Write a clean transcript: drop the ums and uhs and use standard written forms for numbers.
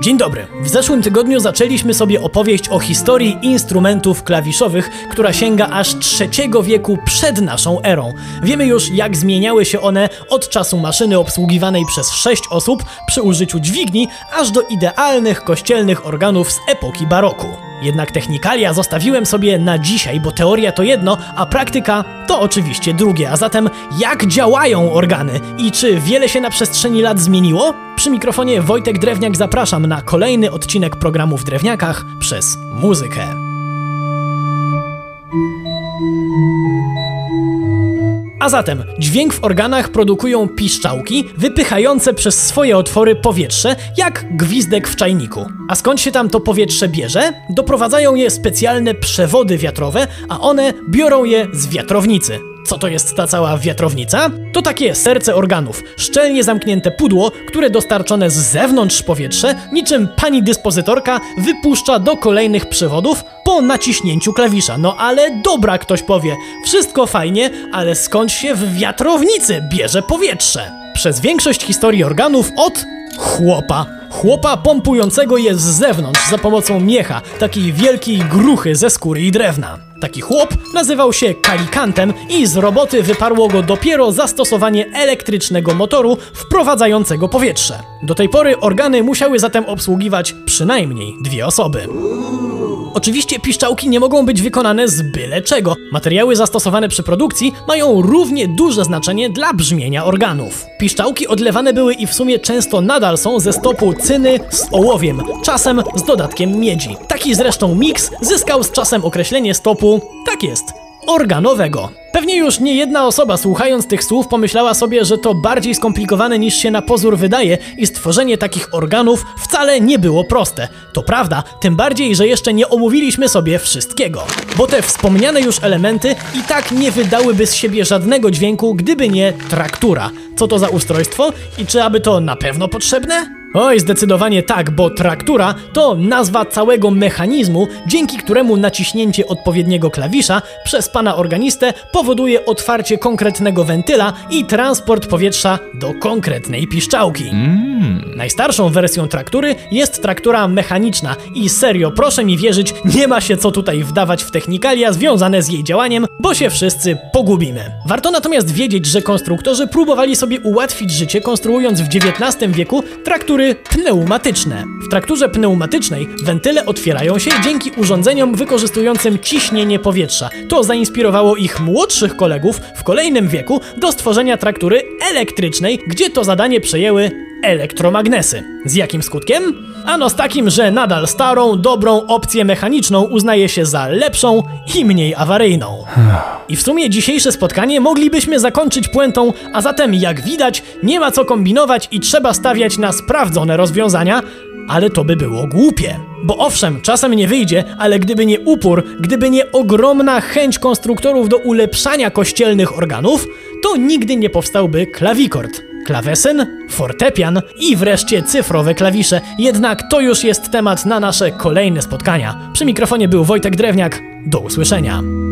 Dzień dobry. W zeszłym tygodniu zaczęliśmy sobie opowieść o historii instrumentów klawiszowych, która sięga aż III wieku przed naszą erą. Wiemy już, jak zmieniały się one od czasu maszyny obsługiwanej przez 6 osób przy użyciu dźwigni, aż do idealnych kościelnych organów z epoki baroku. Jednak technikalia zostawiłem sobie na dzisiaj, bo teoria to jedno, a praktyka to oczywiście drugie. A zatem jak działają organy i czy wiele się na przestrzeni lat zmieniło? Przy mikrofonie Wojtek Drewniak, zapraszam na kolejny odcinek programu w Drewniakach przez muzykę. A zatem dźwięk w organach produkują piszczałki wypychające przez swoje otwory powietrze, jak gwizdek w czajniku. A skąd się tam to powietrze bierze? Doprowadzają je specjalne przewody wiatrowe, a one biorą je z wiatrownicy. Co to jest ta cała wiatrownica? To takie serce organów, szczelnie zamknięte pudło, które dostarczone z zewnątrz powietrze, niczym pani dyspozytorka, wypuszcza do kolejnych przewodów po naciśnięciu klawisza. No ale dobra, ktoś powie, wszystko fajnie, ale skąd się w wiatrownicy bierze powietrze? Przez większość historii organów od chłopa pompującego je z zewnątrz za pomocą miecha, takiej wielkiej gruchy ze skóry i drewna. Taki chłop nazywał się kalikantem i z roboty wyparło go dopiero zastosowanie elektrycznego motoru wprowadzającego powietrze. Do tej pory organy musiały zatem obsługiwać przynajmniej 2 osoby. Oczywiście piszczałki nie mogą być wykonane z byle czego. Materiały zastosowane przy produkcji mają równie duże znaczenie dla brzmienia organów. Piszczałki odlewane były i w sumie często nadal są ze stopu cyny z ołowiem, czasem z dodatkiem miedzi. Taki zresztą miks zyskał z czasem określenie stopu, tak jest, organowego. Pewnie już nie jedna osoba słuchając tych słów pomyślała sobie, że to bardziej skomplikowane niż się na pozór wydaje i stworzenie takich organów wcale nie było proste. To prawda, tym bardziej, że jeszcze nie omówiliśmy sobie wszystkiego. Bo te wspomniane już elementy i tak nie wydałyby z siebie żadnego dźwięku, gdyby nie traktura. Co to za ustrojstwo i czy aby to na pewno potrzebne? Oj, zdecydowanie tak, bo traktura to nazwa całego mechanizmu, dzięki któremu naciśnięcie odpowiedniego klawisza przez pana organistę powoduje otwarcie konkretnego wentyla i transport powietrza do konkretnej piszczałki. Najstarszą wersją traktury jest traktura mechaniczna i serio, proszę mi wierzyć, nie ma się co tutaj wdawać w technikalia związane z jej działaniem, bo się wszyscy pogubimy. Warto natomiast wiedzieć, że konstruktorzy próbowali sobie ułatwić życie, konstruując w XIX wieku traktury pneumatyczne. W trakturze pneumatycznej wentyle otwierają się dzięki urządzeniom wykorzystującym ciśnienie powietrza. To zainspirowało ich młodszych kolegów w kolejnym wieku do stworzenia traktury elektrycznej, gdzie to zadanie przejęły elektromagnesy. Z jakim skutkiem? Ano z takim, że nadal starą, dobrą opcję mechaniczną uznaje się za lepszą i mniej awaryjną. I w sumie dzisiejsze spotkanie moglibyśmy zakończyć puentą, a zatem jak widać nie ma co kombinować i trzeba stawiać na sprawdzone rozwiązania, ale to by było głupie. Bo owszem, czasem nie wyjdzie, ale gdyby nie upór, gdyby nie ogromna chęć konstruktorów do ulepszania kościelnych organów, to nigdy nie powstałby klawikord, klawesyn, fortepian i wreszcie cyfrowe klawisze. Jednak to już jest temat na nasze kolejne spotkania. Przy mikrofonie był Wojtek Drewniak. Do usłyszenia.